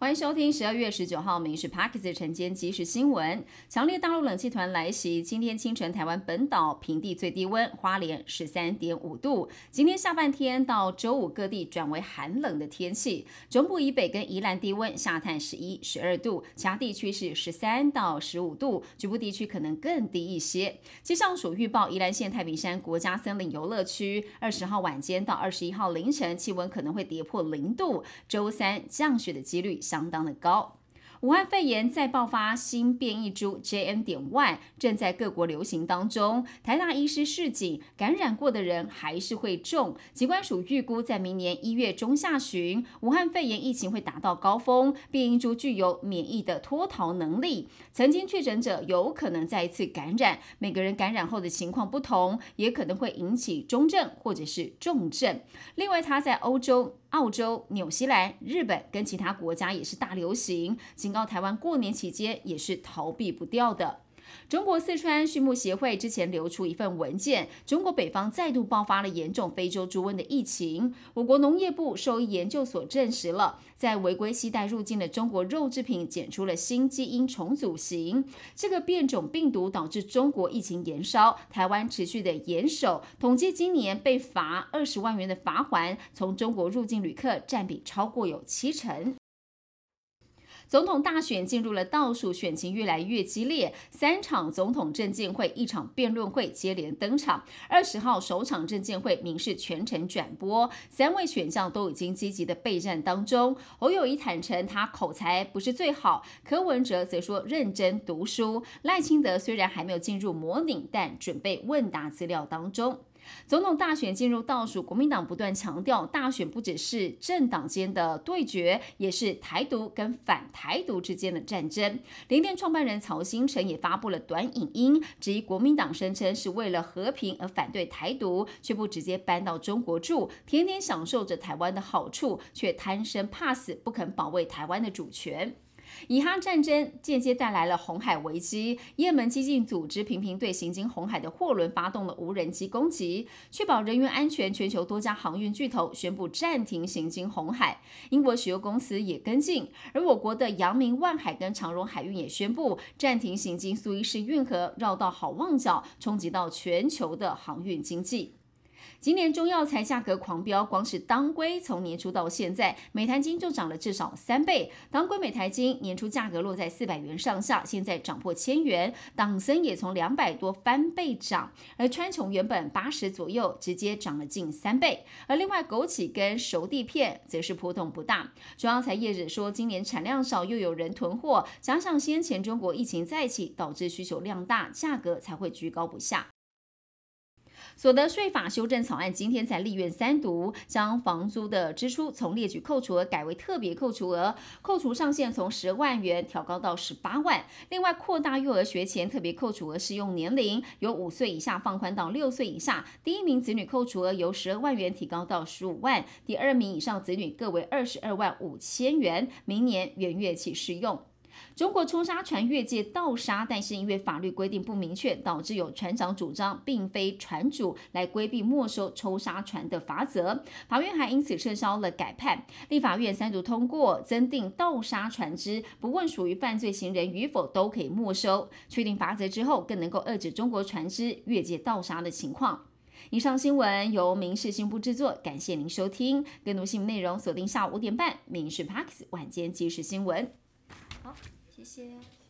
欢迎收听12月19号民视 Parkes 晨间即时新闻。强烈大陆冷气团来袭，今天清晨台湾本岛平地最低温花莲13.5度。今天下半天到周五各地转为寒冷的天气，中部以北跟宜兰低温下探11、12度，其他地区是13到15度，局部地区可能更低一些。气象署预报，宜兰县太平山国家森林游乐区20号晚间到21号凌晨气温可能会跌破0度，周三降雪的几率相当的高。武汉肺炎再爆发新变异株 JN.1， 正在各国流行当中。台大医师示警，感染过的人还是会中。疾管署预估，在明年1月中下旬，武汉肺炎疫情会达到高峰，变异株具有免疫的脱逃能力。曾经确诊者有可能再一次感染，每个人感染后的情况不同，也可能会引起中症或者是重症。另外，它在欧洲、澳洲、纽西兰、日本跟其他国家也是大流行，警告台湾过年期间也是逃避不掉的。中国四川畜牧协会之前流出一份文件，中国北方再度爆发了严重非洲猪瘟的疫情。我国农业部兽医研究所证实了，在违规携带入境的中国肉制品检出了新基因重组型，这个变种病毒导致中国疫情延烧，台湾持续的严守。统计今年被罚20万元的罚锾，从中国入境旅客占比超过有70%。总统大选进入了倒数，选情越来越激烈，3场总统政见会、1场辩论会接连登场。20号首场政见会，民视全程转播，3位选将都已经积极的备战当中。侯友宜坦承他口才不是最好，柯文哲则说认真读书。赖清德虽然还没有进入模拟，但准备问答资料当中。总统大选进入倒数，国民党不断强调，大选不只是政党间的对决，也是台独跟反台独之间的战争。联电创办人曹兴诚也发布了短影音，质疑国民党声称是为了和平而反对台独，却不直接搬到中国住，天天享受着台湾的好处，却贪生怕死，不肯保卫台湾的主权。以哈战争间接带来了红海危机，也门激进组织频频对行经红海的货轮发动了无人机攻击，确保人员安全。全球多家航运巨头宣布暂停行经红海，英国石油公司也跟进，而我国的阳明、万海跟长荣海运也宣布暂停行经苏伊士运河，绕道好望角，冲击到全球的航运经济。今年中药材价格狂飙，光是当归从年初到现在，每台斤就涨了至少3倍。当归每台斤年初价格落在400元上下，现在涨破1000元。党参也从200多翻倍涨，而川穹原本80左右，直接涨了近3倍。而另外枸杞跟熟地片则是波动不大。中药材业者说，今年产量少，又有人囤货，加上先前中国疫情再起，导致需求量大，价格才会居高不下。所得税法修正草案今天在立院3读，将房租的支出从列举扣除额改为特别扣除额，扣除上限从12万元调高到18万。另外，扩大幼儿学前特别扣除额适用年龄，由5岁以下放宽到6岁以下。第一名子女扣除额由12万元提高到15万，第2名以上子女各为22万5千元，明年元月起适用。中国抽沙船越界盗沙，但是因为法律规定不明确，导致有船长主张并非船主来规避没收抽沙船的罚则，法院还因此撤销了改判。立法院3读通过，增订盗沙船只不问属于犯罪行人与否都可以没收，确定罚则之后，更能够遏制中国船只越界盗沙的情况。以上新闻由民视新闻部制作，感谢您收听。更多新闻内容锁定下午5点半，民视 Parkes 晚间即时新闻。好，谢谢。